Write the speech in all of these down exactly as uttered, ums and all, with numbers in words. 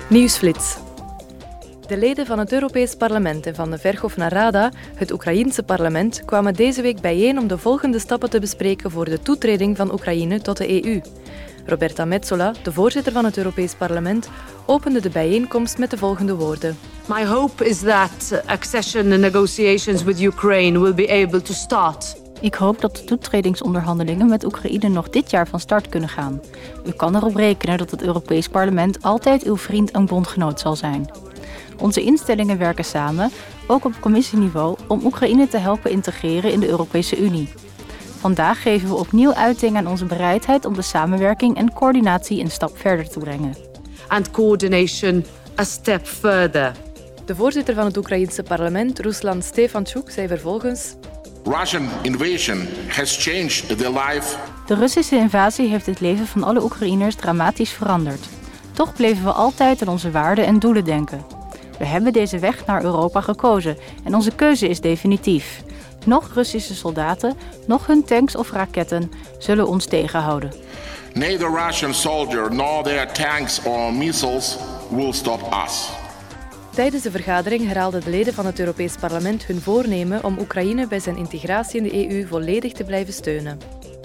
Nieuwsflits. De leden van het Europees Parlement en van de Verkhovna Rada, het Oekraïense parlement, kwamen deze week bijeen om de volgende stappen te bespreken voor de toetreding van Oekraïne tot de E U. Roberta Metsola, de voorzitter van het Europees Parlement, opende de bijeenkomst met de volgende woorden. My hope is that accession negotiations with Ukraine will be able to start. Ik hoop dat de toetredingsonderhandelingen met Oekraïne nog dit jaar van start kunnen gaan. U kan erop rekenen dat het Europees Parlement altijd uw vriend en bondgenoot zal zijn. Onze instellingen werken samen, ook op commissieniveau, om Oekraïne te helpen integreren in de Europese Unie. Vandaag geven we opnieuw uiting aan onze bereidheid om de samenwerking en coördinatie een stap verder te brengen. And coordination a step further. De voorzitter van het Oekraïense parlement, Ruslan Stefanchuk, zei vervolgens: Russian invasion has changed the life. De Russische invasie heeft het leven van alle Oekraïners dramatisch veranderd. Toch bleven we altijd aan onze waarden en doelen denken. We hebben deze weg naar Europa gekozen en onze keuze is definitief. Nog Russische soldaten, nog hun tanks of raketten zullen ons tegenhouden. Neither Russian soldier nor their tanks or missiles will stop us. Tijdens de vergadering herhaalden de leden van het Europees Parlement hun voornemen om Oekraïne bij zijn integratie in de E U volledig te blijven steunen.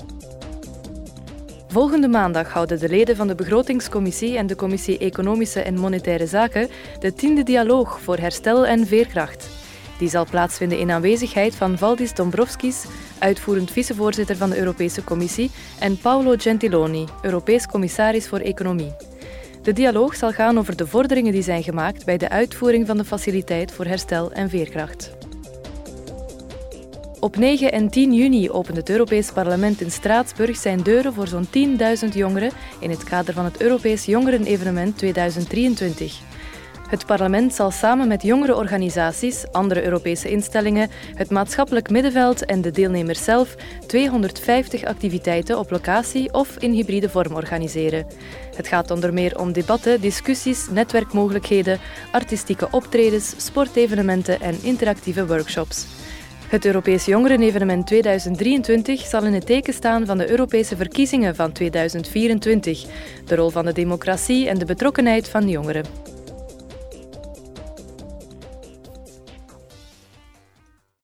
Volgende maandag houden de leden van de Begrotingscommissie en de Commissie Economische en Monetaire Zaken de tiende dialoog voor herstel en veerkracht. Die zal plaatsvinden in aanwezigheid van Valdis Dombrovskis, uitvoerend vicevoorzitter van de Europese Commissie, en Paolo Gentiloni, Europees commissaris voor Economie. De dialoog zal gaan over de vorderingen die zijn gemaakt bij de uitvoering van de faciliteit voor herstel en veerkracht. Op negen en tien juni opent het Europees Parlement in Straatsburg zijn deuren voor zo'n tienduizend jongeren in het kader van het Europees Jongerenevenement tweeduizend drieëntwintig. Het parlement zal samen met jongerenorganisaties, andere Europese instellingen, het maatschappelijk middenveld en de deelnemers zelf tweehonderdvijftig activiteiten op locatie of in hybride vorm organiseren. Het gaat onder meer om debatten, discussies, netwerkmogelijkheden, artistieke optredens, sportevenementen en interactieve workshops. Het Europees Jongerenevenement tweeduizend drieëntwintig zal in het teken staan van de Europese verkiezingen van tweeduizend vierentwintig, de rol van de democratie en de betrokkenheid van jongeren.